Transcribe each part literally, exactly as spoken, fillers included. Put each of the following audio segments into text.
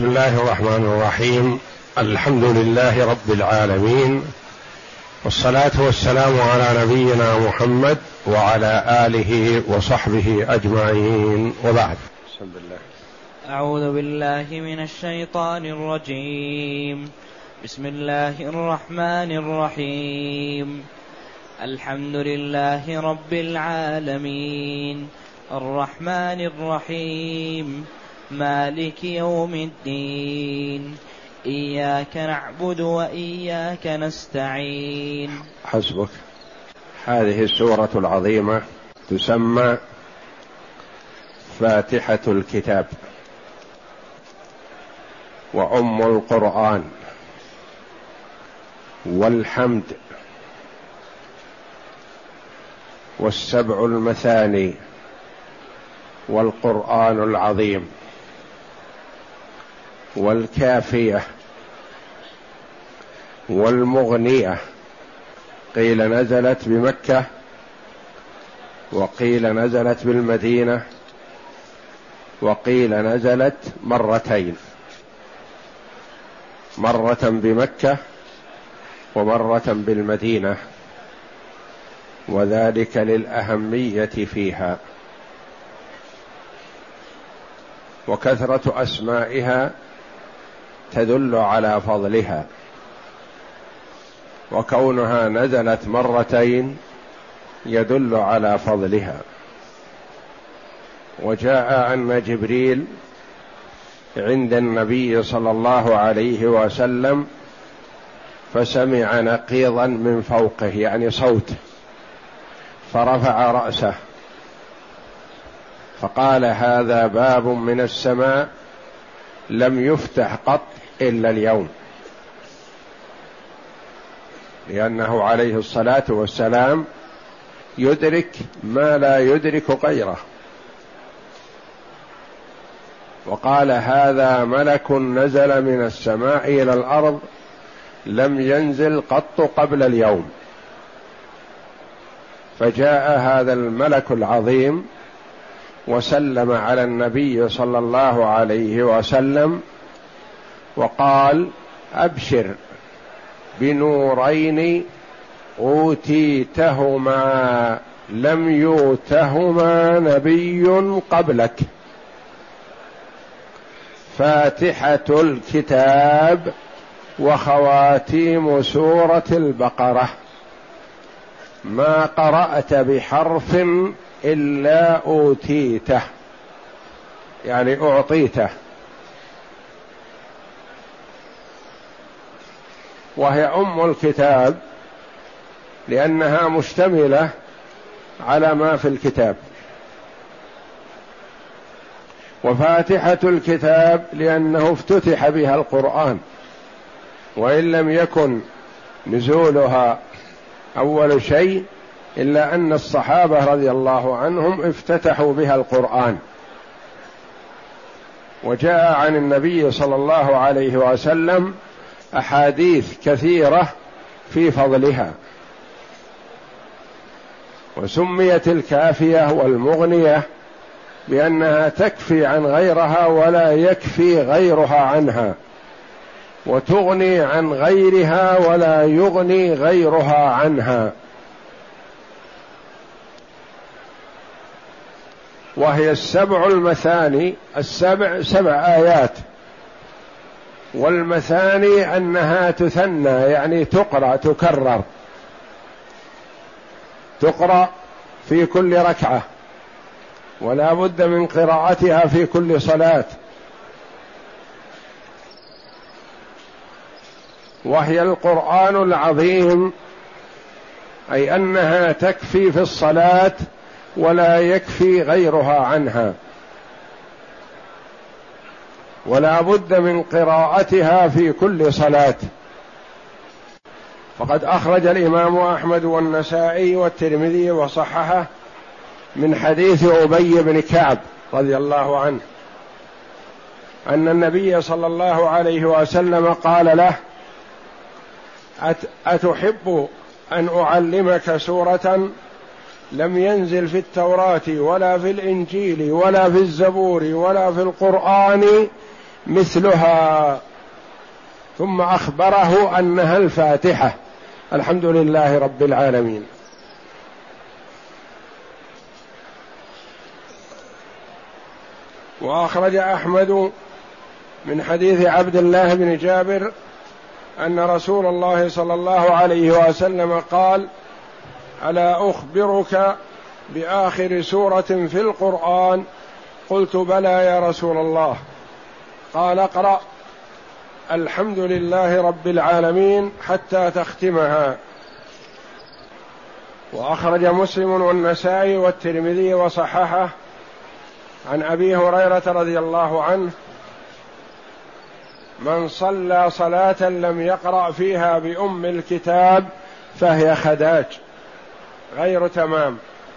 بسم الله الرحمن الرحيم. الحمد لله رب العالمين، والصلاة والسلام على نبينا محمد وعلى آله وصحبه أجمعين، وبعد. بسم الله. أعوذ بالله من الشيطان الرجيم. بسم الله الرحمن الرحيم. الحمد لله رب العالمين، الرحمن الرحيم، مالك يوم الدين، إياك نعبد وإياك نستعين. حسبك. هذه السورة العظيمة تسمى فاتحة الكتاب وأم القرآن والحمد والسبع المثاني والقرآن العظيم والكافية والمغنية. قيل نزلت بمكة وقيل نزلت بالمدينة وقيل نزلت مرتين، مرة بمكة ومرة بالمدينة، وذلك للأهمية فيها وكثرة أسمائها تدل على فضلها، وكونها نزلت مرتين يدل على فضلها. وجاء أن جبريل عند النبي صلى الله عليه وسلم فسمع نقيضا من فوقه، يعني صوت، فرفع رأسه فقال: هذا باب من السماء لم يفتح قط إلا اليوم، لأنه عليه الصلاة والسلام يدرك ما لا يدرك غيره. وقال: هذا ملك نزل من السماء إلى الأرض لم ينزل قط قبل اليوم. فجاء هذا الملك العظيم وسلم على النبي صلى الله عليه وسلم وقال: أبشر بنورين أوتيتهما لم يؤتهما نبي قبلك، فاتحة الكتاب وخواتيم سورة البقرة، ما قرأت بحرف إلا أوتيته، يعني أعطيته. وهي أم الكتاب لأنها مشتملة على ما في الكتاب، وفاتحة الكتاب لأنه افتتح بها القرآن، وإن لم يكن نزولها أول شيء إلا أن الصحابة رضي الله عنهم افتتحوا بها القرآن. وجاء عن النبي صلى الله عليه وسلم أحاديث كثيرة في فضلها، وسميت الكافية والمغنية بأنها تكفي عن غيرها ولا يكفي غيرها عنها، وتغني عن غيرها ولا يغني غيرها عنها. وهي السبع المثاني، السبع سبع آيات، والمثاني أنها تثنى، يعني تقرأ تكرر، تقرأ في كل ركعة، ولا بد من قراءتها في كل صلاة. وهي القرآن العظيم، أي أنها تكفي في الصلاة ولا يكفي غيرها عنها، ولا بد من قراءتها في كل صلاة. فقد أخرج الإمام أحمد والنسائي والترمذي وصححه من حديث أبي بن كعب رضي الله عنه أن النبي صلى الله عليه وسلم قال له: أتحب أن أعلمك سورة لم ينزل في التوراة ولا في الإنجيل ولا في الزبور ولا في القرآن مثلها، ثم أخبره أنها الفاتحة. الحمد لله رب العالمين. وأخرج أحمد من حديث عبد الله بن جابر أن رسول الله صلى الله عليه وسلم قال: ألا أخبرك بآخر سورة في القرآن؟ قلت: بلى يا رسول الله. قال: اقرأ الحمد لله رب العالمين حتى تختمها. وأخرج مسلم والنسائي والترمذي وصححه عن أبي هريرة رضي الله عنه: من صلى صلاة لم يقرأ فيها بأم الكتاب فهي خداج غير تمام.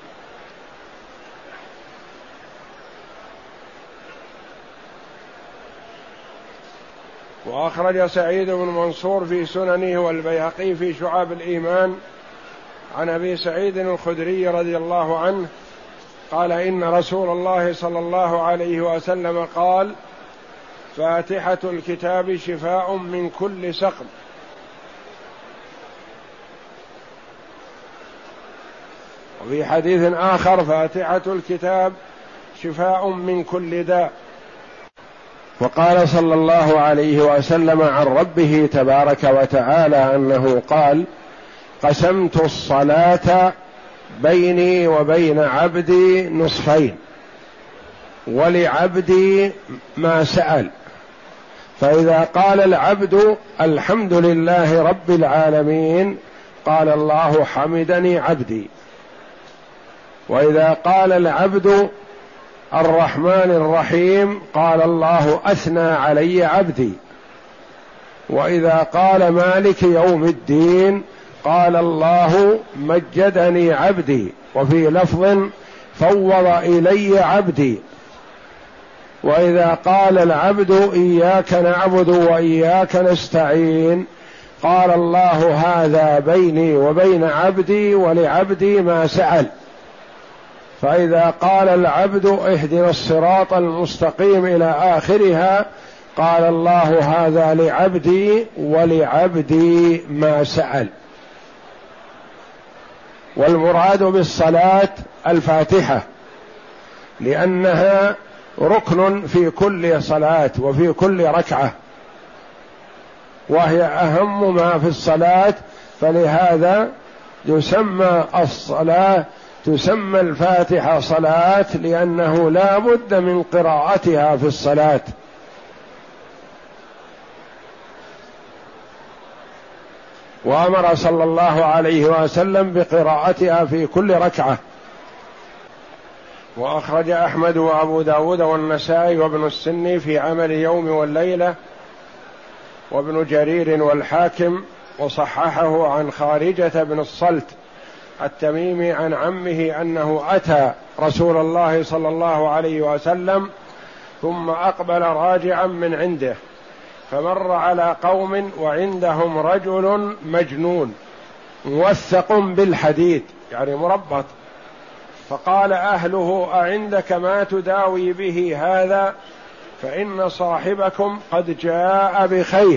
وأخرج سعيد بن منصور في سننه والبيهقي في شعاب الإيمان عن أبي سعيد الخدري رضي الله عنه قال: إن رسول الله صلى الله عليه وسلم قال: فاتحة الكتاب شفاء من كل سقم. وفي حديث آخر: فاتحة الكتاب شفاء من كل داء. وقال صلى الله عليه وسلم عن ربه تبارك وتعالى أنه قال: قسمت الصلاة بيني وبين عبدي نصفين، ولعبدي ما سأل. فإذا قال العبد الحمد لله رب العالمين قال الله حمدني عبدي. وإذا قال العبد الرحمن الرحيم قال الله أثنى علي عبدي. وإذا قال مالك يوم الدين قال الله مجدني عبدي. وفي لفظ فوض إلي عبدي. وإذا قال العبد إياك نعبد وإياك نستعين قال الله هذا بيني وبين عبدي ولعبدي ما سأل. فإذا قال العبد اهدنا الصراط المستقيم إلى آخرها قال الله هذا لعبدي ولعبدي ما سأل. والمراد بالصلاة الفاتحة، لأنها ركن في كل صلاة وفي كل ركعة، وهي أهم ما في الصلاة، فلهذا يسمى الصلاة تسمى الفاتحة صلاة، لأنه لا بد من قراءتها في الصلاة. وأمر صلى الله عليه وسلم بقراءتها في كل ركعة. وأخرج أحمد وأبو داود والنسائي وابن السني في عمل يوم والليلة، وابن جرير والحاكم، وصححه عن خارجة بن الصلت التميمي عن عمه أنه أتى رسول الله صلى الله عليه وسلم ثم أقبل راجعا من عنده، فمر على قوم وعندهم رجل مجنون موثق بالحديد يعني مربط، فقال أهله أعندك ما تداوي به هذا؟ فإن صاحبكم قد جاء بخير.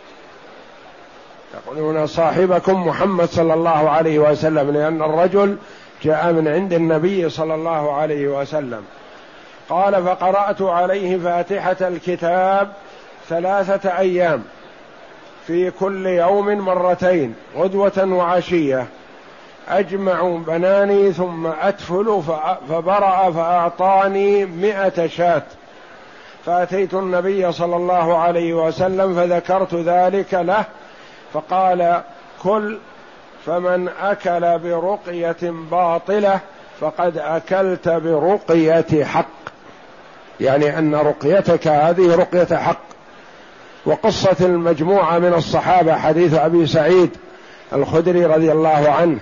يقولون صاحبكم محمد صلى الله عليه وسلم، لأن الرجل جاء من عند النبي صلى الله عليه وسلم. قال فقرأت عليه فاتحة الكتاب ثلاثة أيام في كل يوم مرتين غدوة وعشية، أجمع بناني ثم أتفل فبرأ فأعطاني مئة شاة. فأتيت النبي صلى الله عليه وسلم فذكرت ذلك له، فقال كل، فمن أكل برقية باطلة فقد أكلت برقية حق، يعني أن رقيتك هذه رقية حق. وقصة المجموعة من الصحابة حديث أبي سعيد الخدري رضي الله عنه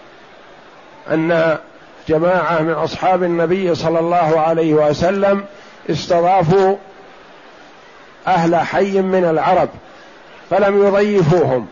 أن جماعة من أصحاب النبي صلى الله عليه وسلم استضافوا أهل حي من العرب فلم يضيفوهم،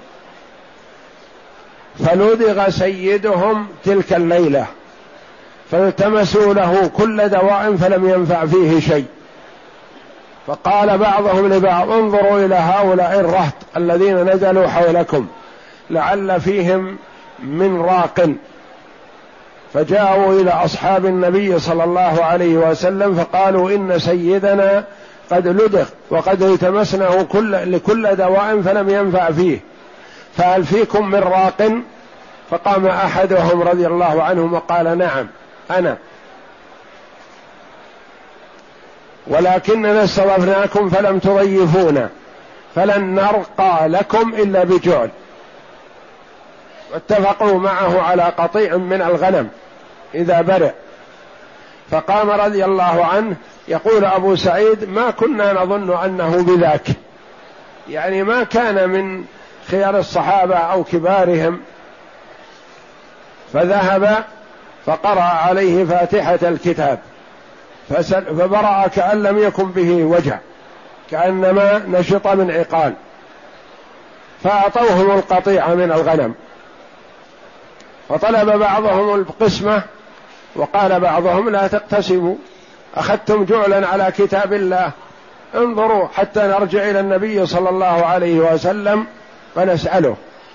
فلدغ سيدهم تلك الليلة، فالتمسوا له كل دواء فلم ينفع فيه شيء، فقال بعضهم لبعض انظروا إلى هؤلاء الرهط الذين نزلوا حولكم لعل فيهم من راق. فجاءوا إلى أصحاب النبي صلى الله عليه وسلم فقالوا إن سيدنا قد لدغ وقد التمسنه كل لكل دواء فلم ينفع فيه، فهل فيكم من راق؟ فقام أحدهم رضي الله عنهم وقال نعم أنا، ولكننا استضفناكم فلم تضيفونا فلن نرقى لكم إلا بجعل. واتفقوا معه على قطيع من الغنم إذا برئ. فقام رضي الله عنه يقول أبو سعيد ما كنا نظن أنه بذاك، يعني ما كان من خيار الصحابة أو كبارهم. فذهب فقرأ عليه فاتحة الكتاب فبرأ كأن لم يكن به وجع، كأنما نشط من عقال، فأعطوهم القطيع من الغنم. فطلب بعضهم القسمة وقال بعضهم لا تقتسموا، أخذتم جعلا على كتاب الله، انظروا حتى نرجع إلى النبي صلى الله عليه وسلم فنسأله.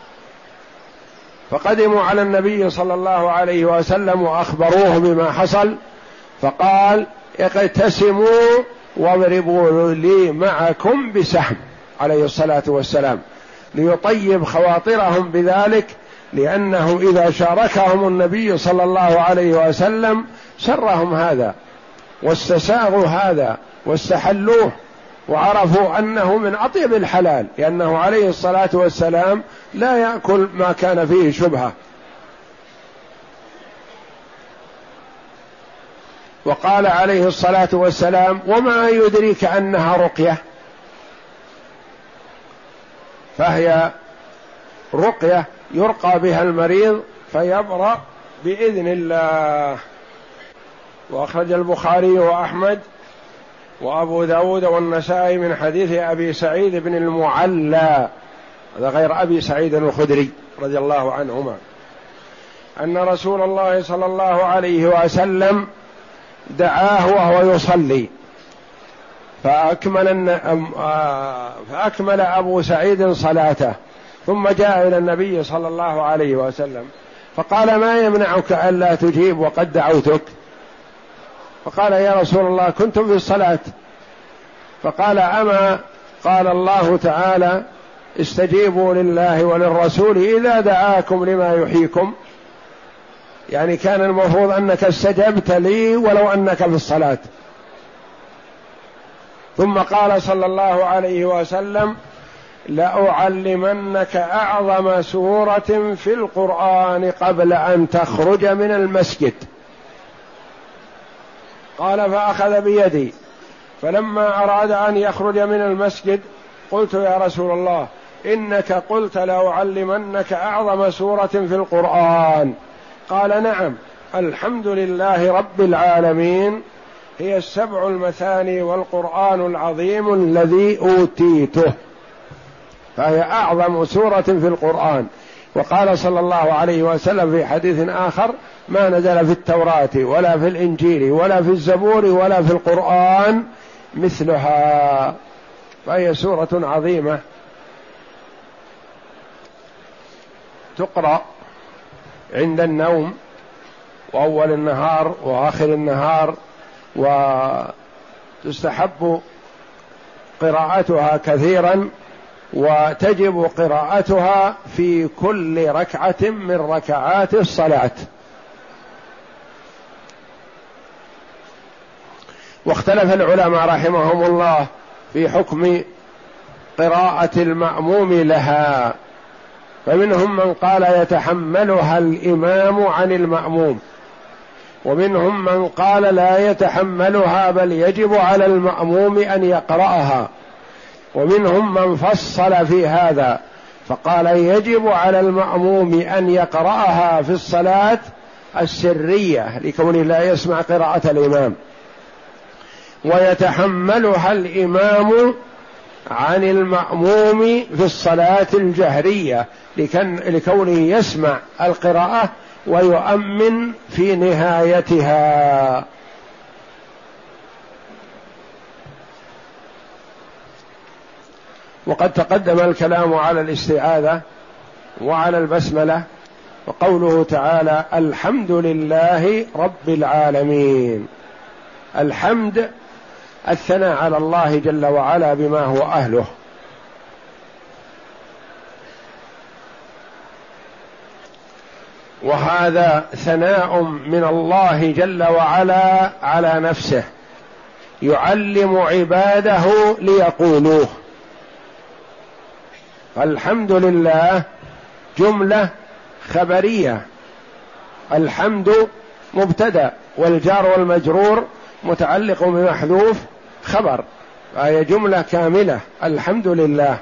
فقدموا على النبي صلى الله عليه وسلم وأخبروه بما حصل، فقال اقتسموا واضربوا لي معكم بسهم عليه الصلاة والسلام، ليطيب خواطرهم بذلك، لأنه إذا شاركهم النبي صلى الله عليه وسلم سرهم هذا واستساغوا هذا واستحلوه، وعرفوا أنه من أطيب الحلال، لأنه عليه الصلاة والسلام لا يأكل ما كان فيه شبهة. وقال عليه الصلاة والسلام وما يدريك أنها رقية؟ فهي رقية يرقى بها المريض فيبرأ بإذن الله. وأخرج البخاري وأحمد وأبو داود والنسائي من حديث أبي سعيد بن المعلى، هذا غير أبي سعيد الخدري رضي الله عنهما، أن رسول الله صلى الله عليه وسلم دعاه وهو يصلي فأكمل, فأكمل أبو سعيد صلاته، ثم جاء إلى النبي صلى الله عليه وسلم فقال ما يمنعك ألا تجيب وقد دعوتك؟ فقال يا رسول الله كنت في الصلاة. فقال أما قال الله تعالى استجيبوا لله وللرسول إذا دعاكم لما يحييكم، يعني كان المفروض أنك استجبت لي ولو أنك في الصلاة. ثم قال صلى الله عليه وسلم لأعلمنك أعظم سورة في القرآن قبل أن تخرج من المسجد. قال فأخذ بيدي، فلما أراد أن يخرج من المسجد قلت يا رسول الله إنك قلت لأعلمنك أعظم سورة في القرآن. قال نعم الحمد لله رب العالمين هي السبع المثاني والقرآن العظيم الذي أوتيته، فهي أعظم سورة في القرآن. وقال صلى الله عليه وسلم في حديث آخر ما نزل في التوراة ولا في الإنجيل ولا في الزبور ولا في القرآن مثلها، فهي سورة عظيمة تقرأ عند النوم وأول النهار وآخر النهار، وتستحب قراءتها كثيرا، وتجب قراءتها في كل ركعة من ركعات الصلاة. واختلف العلماء رحمهم الله في حكم قراءة المأموم لها، فمنهم من قال يتحملها الإمام عن المأموم، ومنهم من قال لا يتحملها بل يجب على المأموم أن يقرأها، ومنهم من فصل في هذا فقال يجب على المأموم أن يقرأها في الصلاة السرية لكونه لا يسمع قراءة الإمام، ويتحملها الإمام عن المأموم في الصلاة الجهرية لكونه يسمع القراءة ويؤمن في نهايتها. وقد تقدم الكلام على الاستعاذة وعلى البسملة، وقوله تعالى الحمد لله رب العالمين. الحمد الثناء على الله جل وعلا بما هو أهله، وهذا ثناء من الله جل وعلا على نفسه يعلم عباده ليقولوه. الحمد لله جملة خبرية، الحمد مبتدأ والجار والمجرور متعلق بمحذوف خبر، فهي جملة كاملة الحمد لله.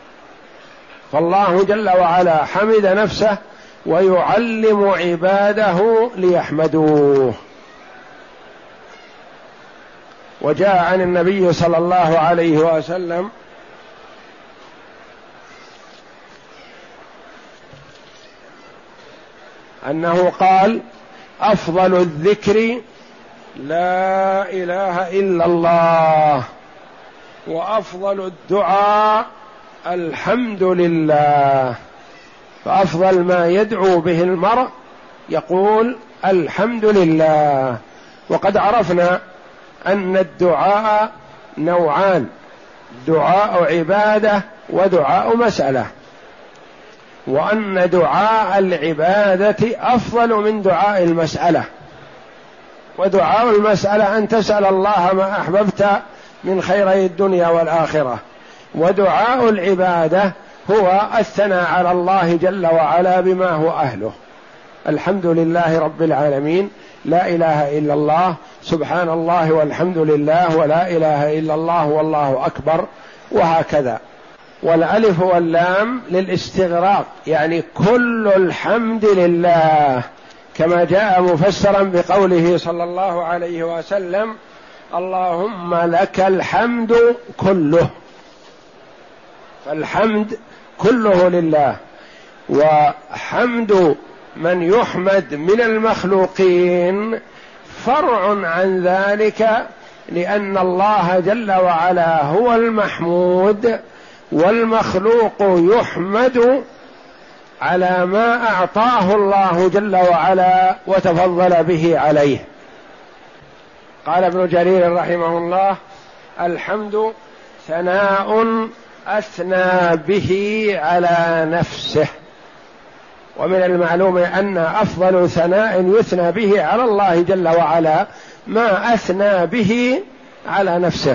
فالله جل وعلا حمد نفسه ويعلم عباده ليحمدوه. وجاء عن النبي صلى الله عليه وسلم أنه قال أفضل الذكر لا إله إلا الله، وأفضل الدعاء الحمد لله. فأفضل ما يدعو به المرء يقول الحمد لله. وقد عرفنا أن الدعاء نوعان: دعاء عبادة ودعاء مسألة، وأن دعاء العبادة أفضل من دعاء المسألة. ودعاء المسألة أن تسأل الله ما أحببت من خيري الدنيا والآخرة، ودعاء العبادة هو الثناء على الله جل وعلا بما هو أهله. الحمد لله رب العالمين، لا إله إلا الله، سبحان الله والحمد لله، ولا إله إلا الله والله أكبر، وهكذا. والألف واللام للاستغراق، يعني كل الحمد لله، كما جاء مفسرا بقوله صلى الله عليه وسلم اللهم لك الحمد كله. فالحمد كله لله، وحمد من يحمد من المخلوقين فرع عن ذلك، لأن الله جل وعلا هو المحمود، والمخلوق يحمد على ما أعطاه الله جل وعلا وتفضل به عليه. قال ابن جرير رحمه الله الحمد ثناء أثنى به على نفسه. ومن المعلوم أن أفضل ثناء يثنى به على الله جل وعلا ما أثنى به على نفسه.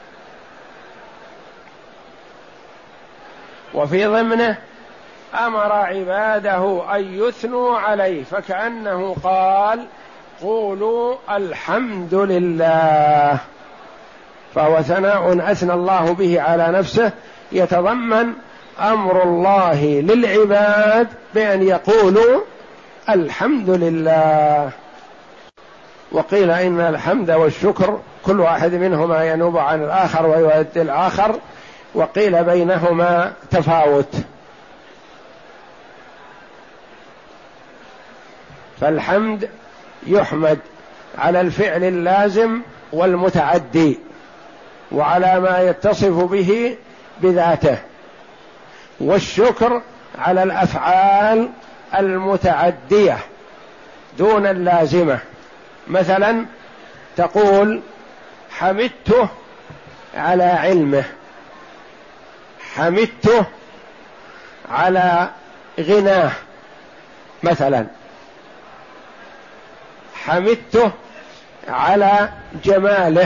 وفي ضمنه أمر عباده أن يثنوا عليه، فكأنه قال قولوا الحمد لله. فهو ثناء أثنى الله به على نفسه يتضمن أمر الله للعباد بأن يقولوا الحمد لله. وقيل إن الحمد والشكر كل واحد منهما ينوب عن الآخر ويؤدي الآخر، وقيل بينهما تفاوت. فالحمد يحمد على الفعل اللازم والمتعدي، وعلى ما يتصف به بذاته، والشكر على الأفعال المتعدية دون اللازمة. مثلا تقول حمدته على علمه، حمدته على غناه، مثلا حمدته على جماله.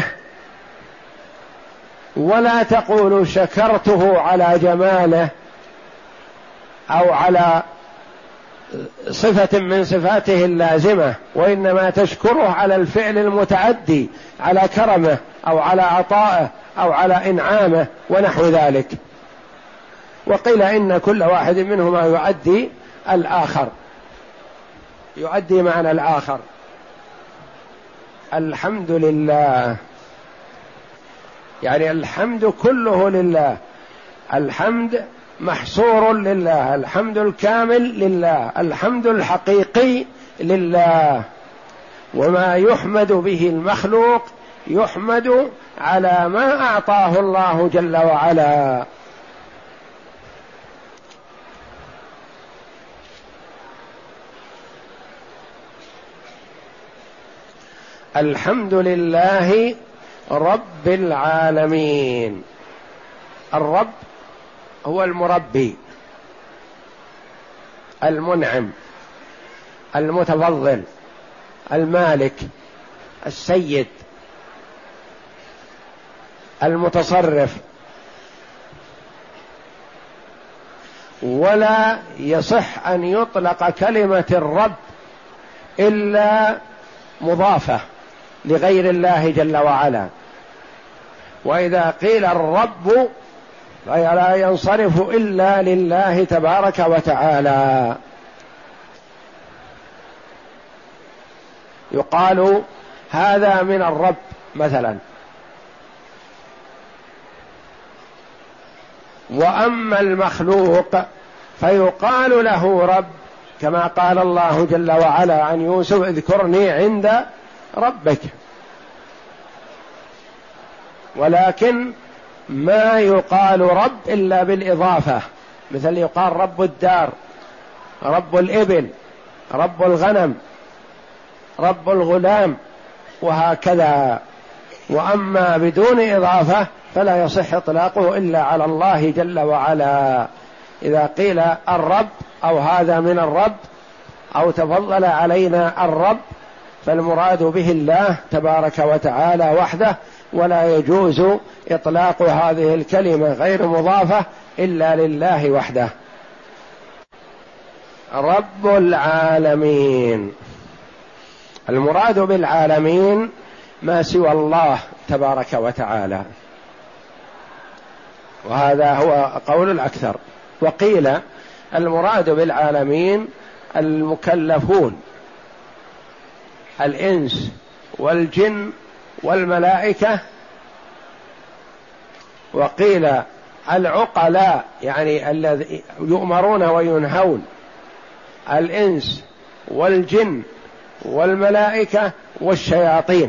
ولا تقول شكرته على جماله أو على صفة من صفاته اللازمة، وإنما تشكره على الفعل المتعدي، على كرمه أو على عطائه أو على إنعامه ونحو ذلك. وقيل إن كل واحد منهما يؤدي الآخر، يؤدي معنى الآخر. الحمد لله يعني الحمد كله لله، الحمد محصور لله، الحمد الكامل لله، الحمد الحقيقي لله. وما يحمد به المخلوق يحمد على ما أعطاه الله جل وعلا. الحمد لله رب العالمين. الرب هو المربي المنعم المتفضل المالك السيد المتصرف. ولا يصح أن يطلق كلمة الرب إلا مضافة لغير الله جل وعلا. وإذا قيل الرب فلا ينصرف إلا لله تبارك وتعالى. يقال هذا من الرب مثلا. وأما المخلوق فيقال له رب، كما قال الله جل وعلا عن يوسف: اذكرني عند ربك. ولكن ما يقال رب إلا بالإضافة، مثل يقال رب الدار، رب الإبل، رب الغنم، رب الغلام، وهكذا. وأما بدون إضافة فلا يصح إطلاقه إلا على الله جل وعلا. إذا قيل الرب أو هذا من الرب أو تفضل علينا الرب فالمراد به الله تبارك وتعالى وحده، ولا يجوز إطلاق هذه الكلمة غير مضافة إلا لله وحده. رب العالمين، المراد بالعالمين ما سوى الله تبارك وتعالى، وهذا هو قول الأكثر. وقيل المراد بالعالمين المكلفون، الإنس والجن والملائكة. وقيل العقلاء، يعني الذي يؤمرون وينهون، الإنس والجن والملائكة والشياطين.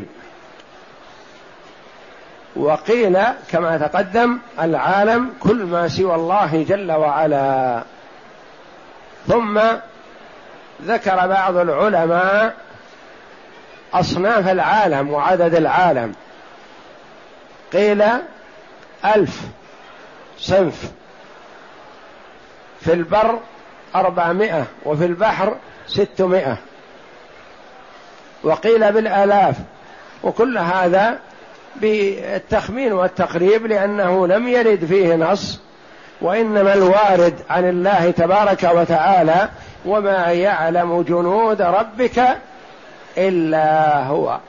وقيل كما تقدم العالم كل ما سوى الله جل وعلا. ثم ذكر بعض العلماء أصناف العالم وعدد العالم، قيل ألف صنف، في البر أربعمائة وفي البحر ستمائة، وقيل بالآلاف. وكل هذا بالتخمين والتقريب، لأنه لم يرد فيه نص، وإنما الوارد عن الله تبارك وتعالى: وما يعلم جنود ربك إلا هو.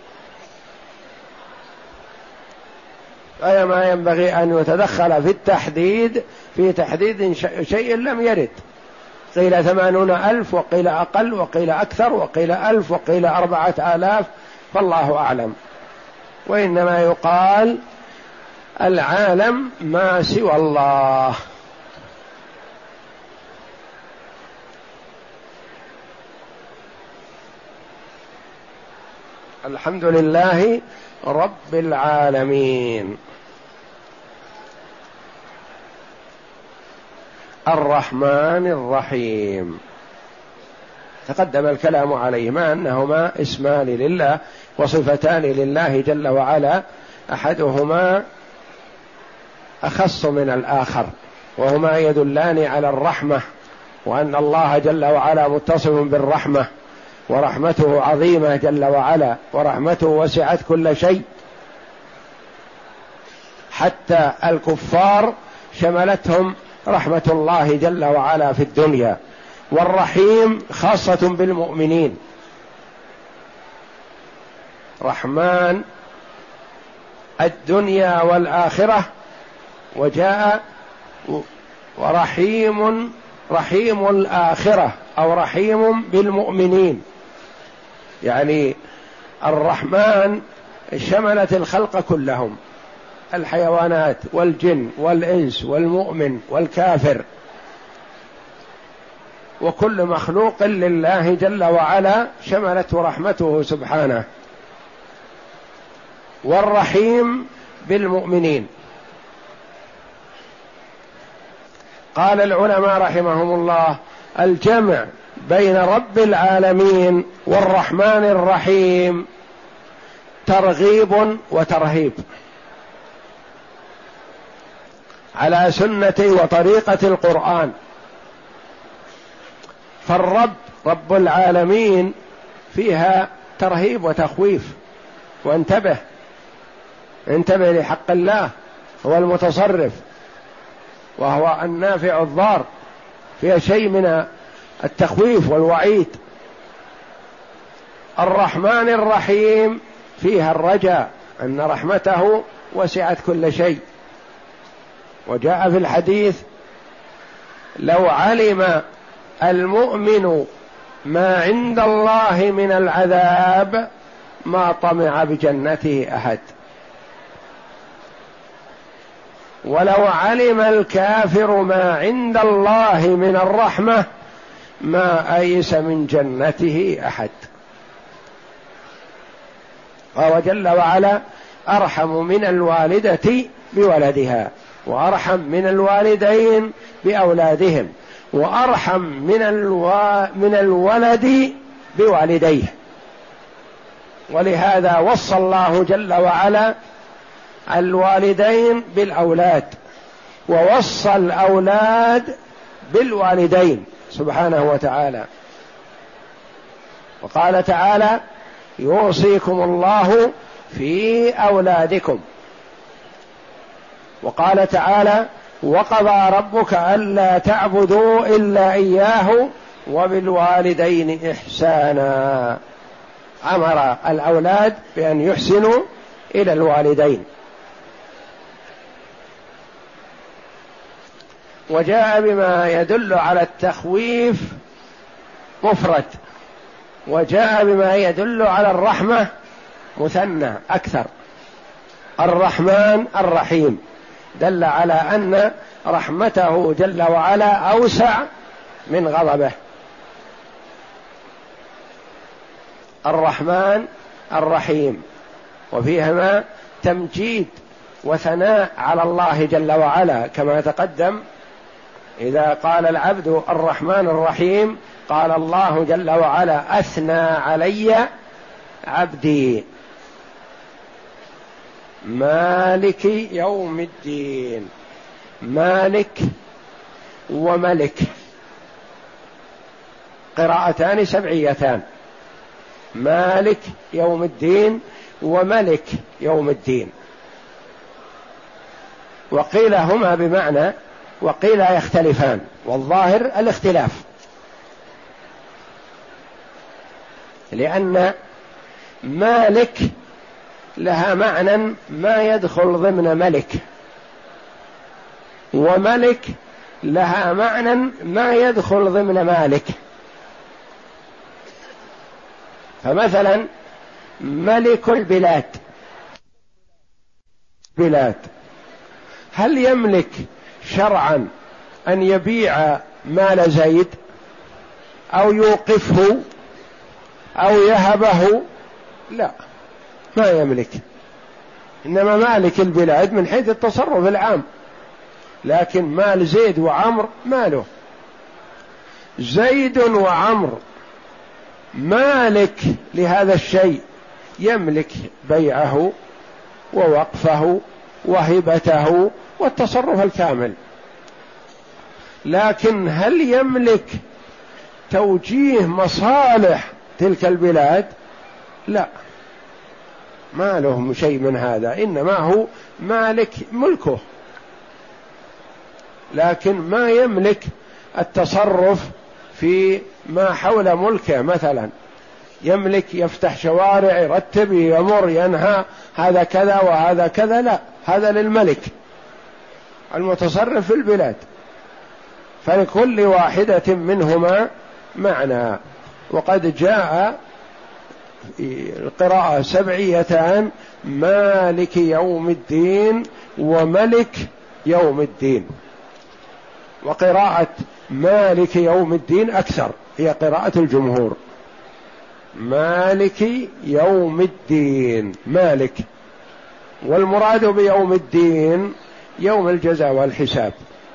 فما ينبغي أن يتدخل في التحديد في تحديد شيء لم يرد. قيل ثمانون ألف، وقيل أقل، وقيل أكثر، وقيل ألف، وقيل أربعة آلاف، فالله أعلم. وإنما يقال العالم ما سوى الله. الحمد لله رب العالمين. الرحمن الرحيم تقدم الكلام عليه، ما أنهما اسمان لله وصفتان لله جل وعلا، أحدهما أخص من الآخر، وهما يدلان على الرحمة، وأن الله جل وعلا متصف بالرحمة، ورحمته عظيمة جل وعلا، ورحمته وسعت كل شيء، حتى الكفار شملتهم رحمة الله جل وعلا في الدنيا. والرحيم خاصة بالمؤمنين، رحمن الدنيا والآخرة، وجاء ورحيم رحيم الآخرة أو رحيم بالمؤمنين. يعني الرحمن شملت الخلق كلهم، الحيوانات والجن والإنس والمؤمن والكافر، وكل مخلوق لله جل وعلا شملته رحمته سبحانه. والرحيم بالمؤمنين. قال العلماء رحمهم الله: الجمع بين رب العالمين والرحمن الرحيم ترغيب وترهيب على سنة وطريقة القرآن. فالرب رب العالمين فيها ترهيب وتخويف، وانتبه انتبه لحق الله، هو المتصرف وهو النافع الضار، فيها شيء من التخويف والوعيد. الرحمن الرحيم فيها الرجاء أن رحمته وسعت كل شيء. وجاء في الحديث: لو علم المؤمن ما عند الله من العذاب ما طمع بجنته أحد، ولو علم الكافر ما عند الله من الرحمة ما أيس من جنته أحد. وهو جل وعلا أرحم من الوالدة بولدها، وأرحم من الوالدين بأولادهم، وأرحم من, الو... من الولد بوالديه. ولهذا وصى الله جل وعلا الوالدين بالأولاد، ووصى الأولاد بالوالدين سبحانه وتعالى. وقال تعالى: يوصيكم الله في أولادكم. وقال تعالى: وقضى ربك ألا تعبدوا إلا إياه وبالوالدين إحسانا. أمر الأولاد بأن يحسنوا إلى الوالدين. وجاء بما يدل على التخويف مفرد، وجاء بما يدل على الرحمة مثنى أكثر. الرحمن الرحيم دل على أن رحمته جل وعلا أوسع من غضبه. الرحمن الرحيم، وفيهما تمجيد وثناء على الله جل وعلا كما تقدم. إذا قال العبد الرحمن الرحيم قال الله جل وعلا: أثنى علي عبدي. مالك يوم الدين، مالك وملك قراءتان سبعيتان، مالك يوم الدين وملك يوم الدين. وقيل هما بمعنى، وقيل يختلفان، والظاهر الاختلاف، لأن مالك لها معنى ما يدخل ضمن ملك، وملك لها معنى ما يدخل ضمن مالك. فمثلا ملك البلاد بلاد هل يملك شرعا أن يبيع مال زيد أو يوقفه أو يهبه؟ لا، ما يملك. إنما مالك البلاد من حيث التصرف العام، لكن مال زيد وعمر ماله. زيد وعمر مالك لهذا الشيء، يملك بيعه ووقفه وهبته والتصرف الكامل، لكن هل يملك توجيه مصالح تلك البلاد؟ لا، ما له شيء من هذا، إنما هو مالك ملكه، لكن ما يملك التصرف في ما حول ملكه. مثلا يملك يفتح شوارع، يرتب، يمر، ينهى، هذا كذا وهذا كذا، لا، هذا للملك المتصرف في البلاد. فلكل واحدة منهما معنى. وقد جاء القراءة سبعيتان: مالك يوم الدين وملك يوم الدين. وقراءة مالك يوم الدين أكثر، هي قراءة الجمهور، مالك يوم الدين، مالك. والمراد بيوم الدين يوم الجزاء والحساب.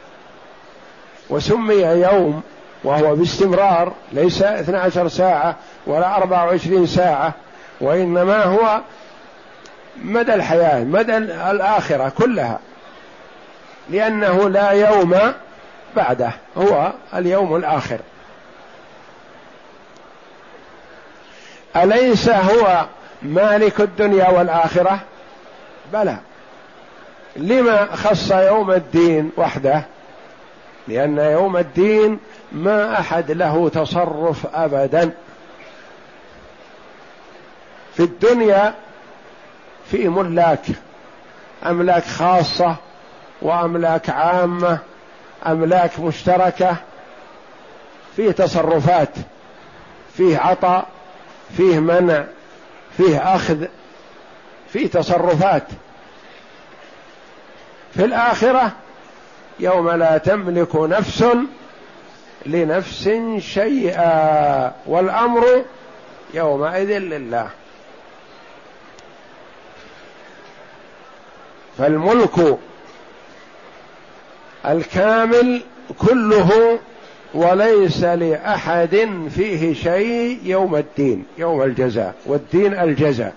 وسمي يوم وهو باستمرار، ليس اثنتا عشرة ساعة ولا أربعة وعشرين ساعة، وإنما هو مدى الحياة، مدى الآخرة كلها، لأنه لا يوم بعده، هو اليوم الآخر. أليس هو مالك الدنيا والآخرة؟ بلى. لما خص يوم الدين وحده؟ لأن يوم الدين ما أحد له تصرف أبدا. في الدنيا في ملاك، أملاك خاصة وأملاك عامة، أملاك مشتركة، فيه تصرفات، فيه عطاء، فيه منع، فيه أخذ، فيه تصرفات. في الآخرة يوم لا تملك نفس لنفس شيئا والأمر يومئذ لله. فالملك الكامل كله، وليس لأحد فيه شيء يوم الدين، يوم الجزاء، والدين الجزاء،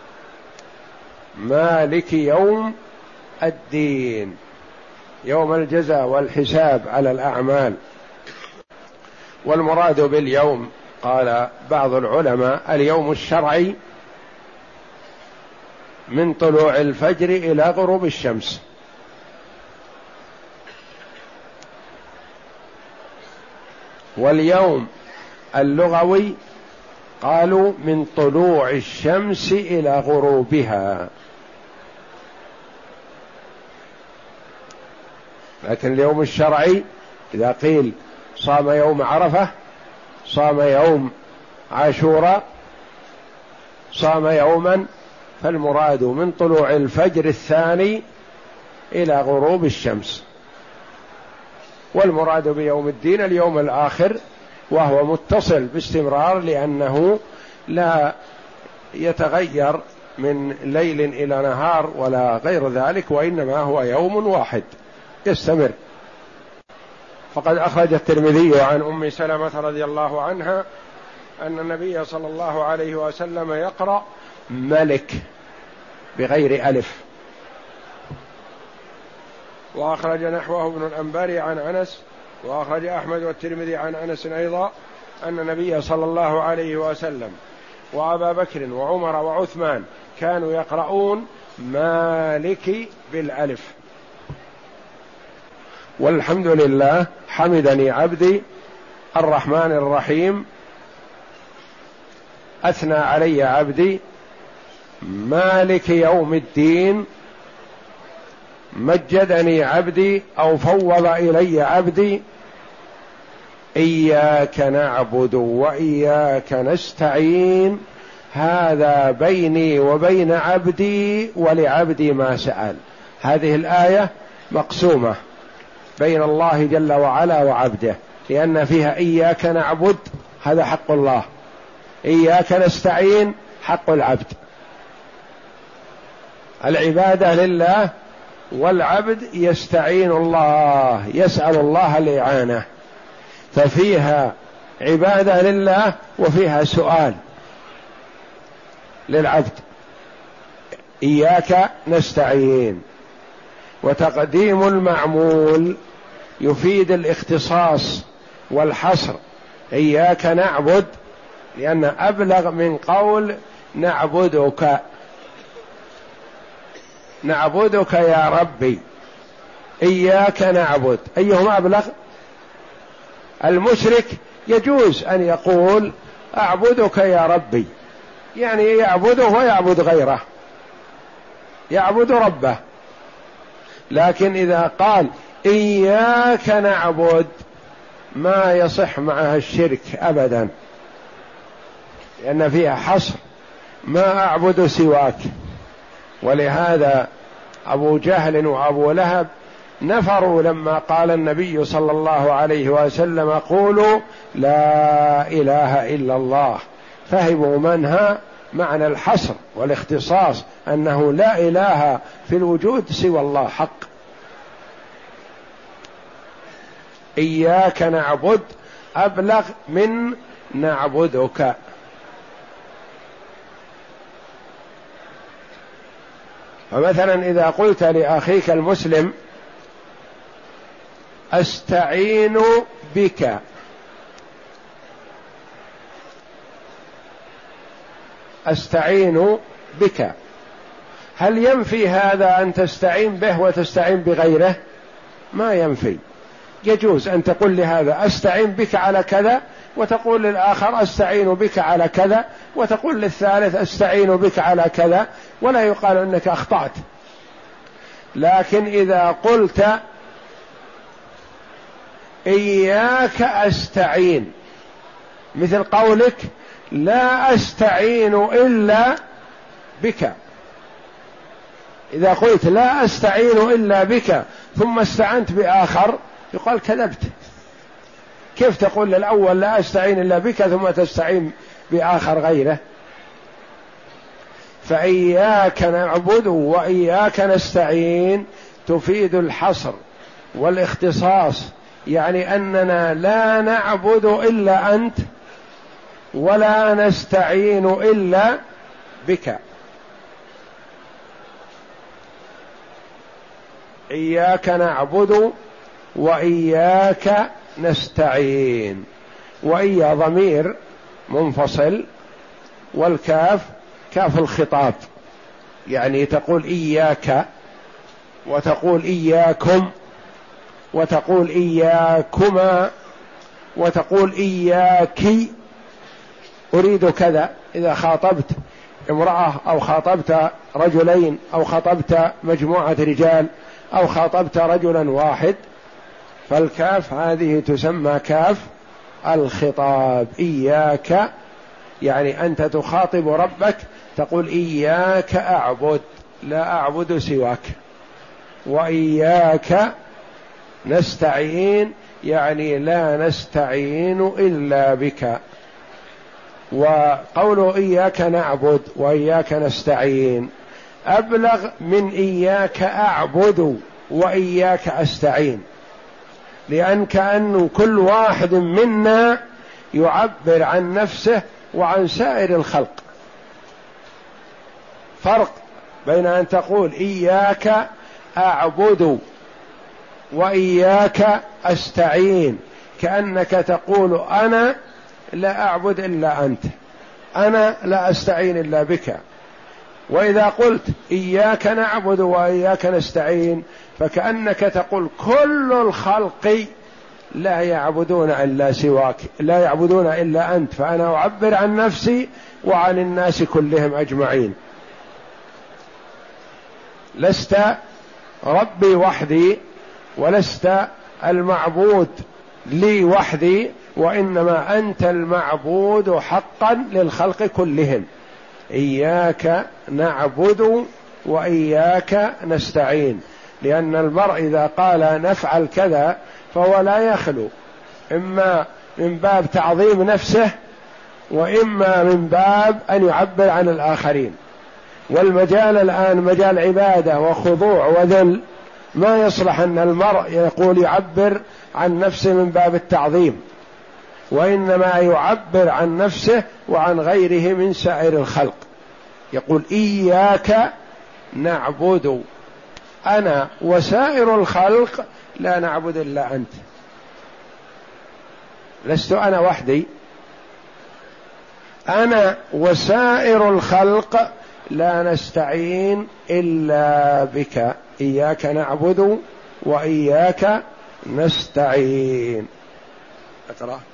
مالك يوم الدين، يوم الجزاء والحساب على الأعمال. والمراد باليوم قال بعض العلماء اليوم الشرعي من طلوع الفجر إلى غروب الشمس، واليوم اللغوي قالوا من طلوع الشمس إلى غروبها. لكن اليوم الشرعي إذا قيل صام يوم عرفة، صام يوم عاشوراء، صام يوما، فالمراد من طلوع الفجر الثاني إلى غروب الشمس. والمراد بيوم الدين اليوم الآخر، وهو متصل باستمرار لأنه لا يتغير من ليل إلى نهار ولا غير ذلك، وإنما هو يوم واحد يستمر. فقد أخرج الترمذي عن أم سلمة رضي الله عنها أن النبي صلى الله عليه وسلم يقرأ ملك بغير ألف. وأخرج نحوه ابن الأنباري عن أنس، وأخرج أحمد والترمذي عن أنس أيضا أن النبي صلى الله عليه وسلم وأبا بكر وعمر وعثمان كانوا يقرؤون مالك بالألف. والحمد لله حمدني عبدي الرحمن الرحيم، أثنى علي عبدي مالك يوم الدين، مجدني عبدي أو فوض إلي عبدي، إياك نعبد وإياك نستعين، هذا بيني وبين عبدي ولعبدي ما سأل. هذه الآية مقسومة بين الله جل وعلا وعبده، لأن فيها إياك نعبد هذا حق الله، إياك نستعين حق العبد. العبادة لله والعبد يستعين الله، يسأل الله الإعانة، ففيها عبادة لله وفيها سؤال للعبد. إياك نستعين، وتقديم المعمول يفيد الاختصاص والحصر. إياك نعبد لأن أبلغ من قول نعبدك، نعبدك يا ربي، إياك نعبد، أيهما أبلغ؟ المشرك يجوز أن يقول أعبدك يا ربي، يعني يعبده ويعبد غيره، يعبد ربه. لكن إذا قال إياك نعبد ما يصح معها الشرك أبدا، لأن فيها حصر، ما أعبد سواك. ولهذا أبو جهل وأبو لهب نفروا لما قال النبي صلى الله عليه وسلم قولوا لا إله إلا الله، فهموا منها معنى الحصر والاختصاص، أنه لا إله في الوجود سوى الله حق. إياك نعبد أبلغ من نعبدك. فمثلا إذا قلت لأخيك المسلم أستعين بك، أستعين بك، هل ينفي هذا أن تستعين به وتستعين بغيره؟ ما ينفي، يجوز أن تقول لهذا أستعين بك على كذا، وتقول للآخر أستعين بك على كذا، وتقول للثالث أستعين بك على كذا، ولا يقال أنك أخطأت. لكن إذا قلت إياك أستعين، مثل قولك لا أستعين إلا بك، إذا قلت لا أستعين إلا بك ثم استعنت بآخر يقال كذبت. كيف تقول للأول لا أستعين إلا بك ثم تستعين بآخر غيره؟ فإياك نعبد وإياك نستعين تفيد الحصر والاختصاص، يعني أننا لا نعبد إلا أنت ولا نستعين إلا بك. إياك نعبد وإياك نستعين، وإيا ضمير منفصل، والكاف كاف الخطاب، يعني تقول إياك وتقول إياكم وتقول إياكما وتقول إياك، أريد كذا. إذا خاطبت امرأة أو خاطبت رجلين أو خاطبت مجموعة رجال أو خاطبت رجلا واحد، فالكاف هذه تسمى كاف الخطاب. إياك يعني أنت تخاطب ربك، تقول إياك أعبد، لا أعبد سواك. وإياك نستعين يعني لا نستعين إلا بك. وقول إياك نعبد وإياك نستعين أبلغ من إياك أعبد وإياك أستعين، لأن كأنه كل واحد منا يعبر عن نفسه وعن سائر الخلق. فرق بين أن تقول إياك أعبد وإياك أستعين، كأنك تقول أنا لا أعبد إلا أنت، أنا لا أستعين إلا بك. وإذا قلت إياك نعبد وإياك نستعين فكأنك تقول كل الخلق لا يعبدون إلا سواك، لا يعبدون إلا أنت، فأنا أعبر عن نفسي وعن الناس كلهم أجمعين. لست ربي وحدي ولست المعبود لي وحدي، وإنما أنت المعبود حقا للخلق كلهم. إياك نعبد وإياك نستعين، لأن المرء إذا قال نفعل كذا فهو لا يخلو إما من باب تعظيم نفسه وإما من باب أن يعبر عن الآخرين. والمجال الآن مجال عبادة وخضوع وذل، ما يصلح أن المرء يقول يعبر عن نفسه من باب التعظيم، وإنما يعبر عن نفسه وعن غيره من سائر الخلق. يقول إياك نعبد، أنا وسائر الخلق لا نعبد إلا أنت، لست أنا وحدي، أنا وسائر الخلق لا نستعين إلا بك. إياك نعبد وإياك نستعين. أقرأ.